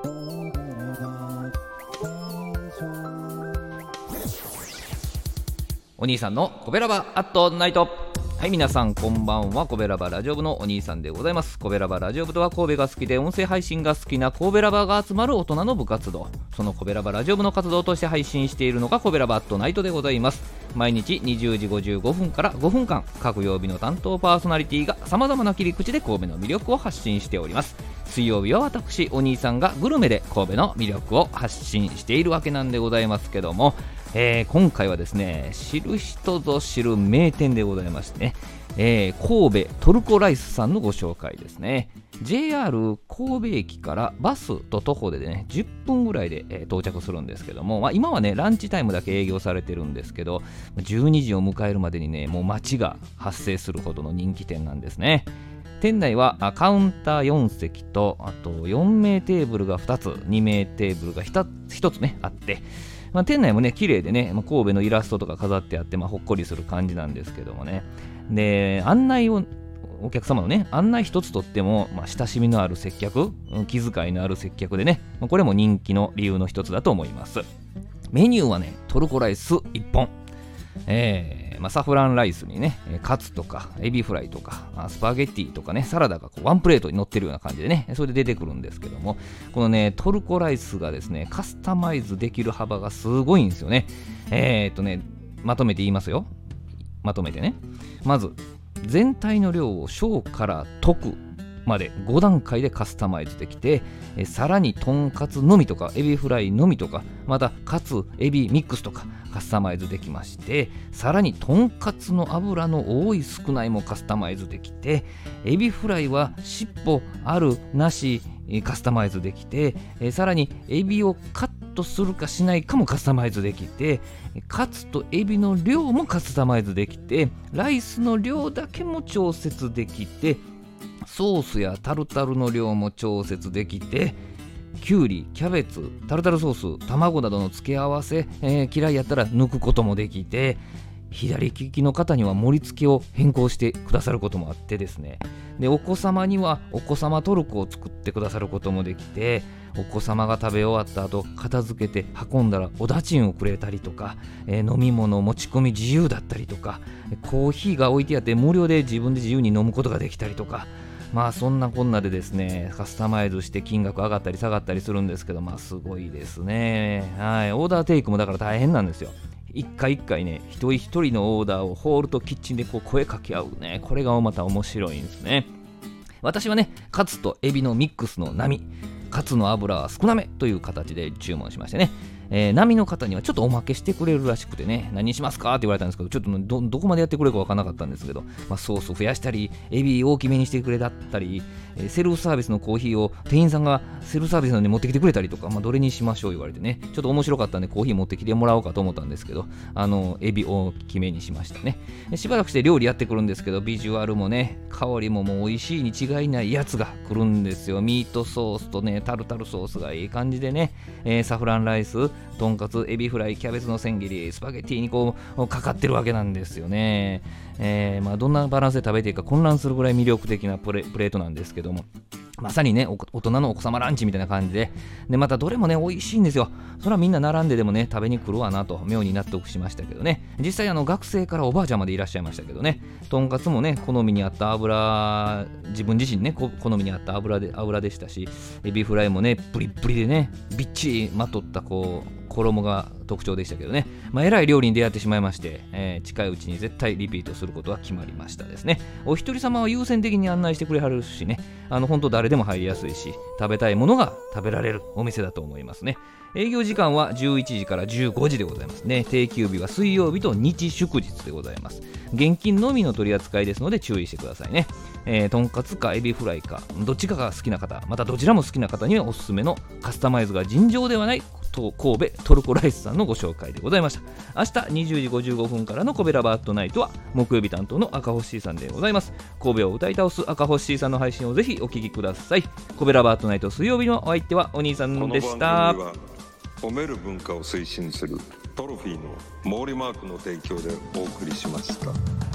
お兄さんのコベラバアットナイト。はい、皆さんこんばんは。コベラバラジオ部のお兄さんでございます。コベラバラジオ部とは神戸が好きで音声配信が好きな神戸ラバーが集まる大人の部活動。そのコベラバラジオ部の活動として配信しているのがコベラバアットナイトでございます。毎日20時55分から5分間、各曜日の担当パーソナリティが様々な切り口で神戸の魅力を発信しております。水曜日は私お兄さんがグルメで神戸の魅力を発信しているわけなんでございますけども、今回はですね、知る人ぞ知る名店でございましてね、神戸トルコライスさんのご紹介ですね。 JR 神戸駅からバスと徒歩でね10分ぐらいで、到着するんですけども、今はねランチタイムだけ営業されてるんですけど、12時を迎えるまでにねもう待ちが発生するほどの人気店なんですね。店内はカウンター4席と、あと4名テーブルが2つ、2名テーブルが 1つねあって、店内もね綺麗でね、神戸のイラストとか飾ってあって、ほっこりする感じなんですけどもね。で、案内をお客様のね案内一つとっても、親しみのある接客、気遣いのある接客でね、これも人気の理由の一つだと思います。メニューはねトルコライス1本、サフランライスにねカツとかエビフライとかスパゲッティとかねサラダがこうワンプレートに乗ってるような感じでね、それで出てくるんですけども、このねトルコライスがですねカスタマイズできる幅がすごいんですよね。まとめて言いますよ。まとめてね、まず全体の量を小から特まで5段階でカスタマイズできて、さらにとんかつのみとかエビフライのみとか、またカツエビミックスとかカスタマイズできまして、さらにとんかつの油の多い少ないもカスタマイズできて、エビフライは尻尾あるなしカスタマイズできて、さらにエビをカットするかしないかもカスタマイズできて、カツとエビの量もカスタマイズできて、ライスの量だけも調節できて、ソースやタルタルの量も調節できて、きゅうり、キャベツ、タルタルソース、卵などの付け合わせ、嫌いやったら抜くこともできて、左利きの方には盛り付けを変更してくださることもあってですね、でお子様にはお子様トルコを作ってくださることもできて、お子様が食べ終わった後片付けて運んだらおだちんをくれたりとか、飲み物持ち込み自由だったりとか、コーヒーが置いてあって無料で自分で自由に飲むことができたりとか、そんなこんなでですねカスタマイズして金額上がったり下がったりするんですけど、すごいですね。はい、オーダーテイクもだから大変なんですよ。一回一回ね一人一人のオーダーをホールとキッチンでこう声かけ合うね、これがまた面白いんですね。私はねカツとエビのミックスの並、カツの油は少なめという形で注文しましてね、並の方にはちょっとおまけしてくれるらしくてね、何にしますかって言われたんですけど、ちょっと どこまでやってくれるか分からなかったんですけど、ソースを増やしたりエビ大きめにしてくれだったり、セルフサービスのコーヒーを店員さんがセルフサービスなのに持ってきてくれたりとか、どれにしましょう言われてね、ちょっと面白かったんでコーヒー持ってきてもらおうかと思ったんですけど、エビ大きめにしましたね。しばらくして料理やってくるんですけど、ビジュアルもね香りももう美味しいに違いないやつが来るんですよ。ミートソースとねタルタルソースがいい感じでね、サフランライス、とんかつ、エビフライ、キャベツの千切り、スパゲッティにこうかかってるわけなんですよね。どんなバランスで食べていいか混乱するぐらい魅力的なプレートなんですけども、まさにね大人のお子様ランチみたいな感じで、またどれもね美味しいんですよ。それはみんな並んででもね食べに来るわなと妙に納得しましたけどね。実際学生からおばあちゃんまでいらっしゃいましたけどね、とんかつもね好みに合った油、自分自身ね好みに合った油でしたし、エビフライもねプリップリでねびっちりまとったこう衣が特徴でしたけどね、えらい料理に出会ってしまいまして、近いうちに絶対リピートすることが決まりましたですね。お一人様は優先的に案内してくれはるしね、本当誰でも入りやすいし、食べたいものが食べられるお店だと思いますね。営業時間は11時から15時でございますね。定休日は水曜日と日祝日でございます。現金のみの取り扱いですので注意してくださいね。とんかつかエビフライかどっちかが好きな方、またどちらも好きな方にはおすすめのカスタマイズが尋常ではない神戸トルコライスさんのご紹介でございました。明日20時55分からのコベラバートナイトは木曜日担当の赤星さんでございます。神戸を歌い倒す赤星さんの配信をぜひお聞きください。コベラバートナイト水曜日のお相手はお兄さんでした。 この番組は褒める文化を推進するトロフィーの毛利マークの提供でお送りしました。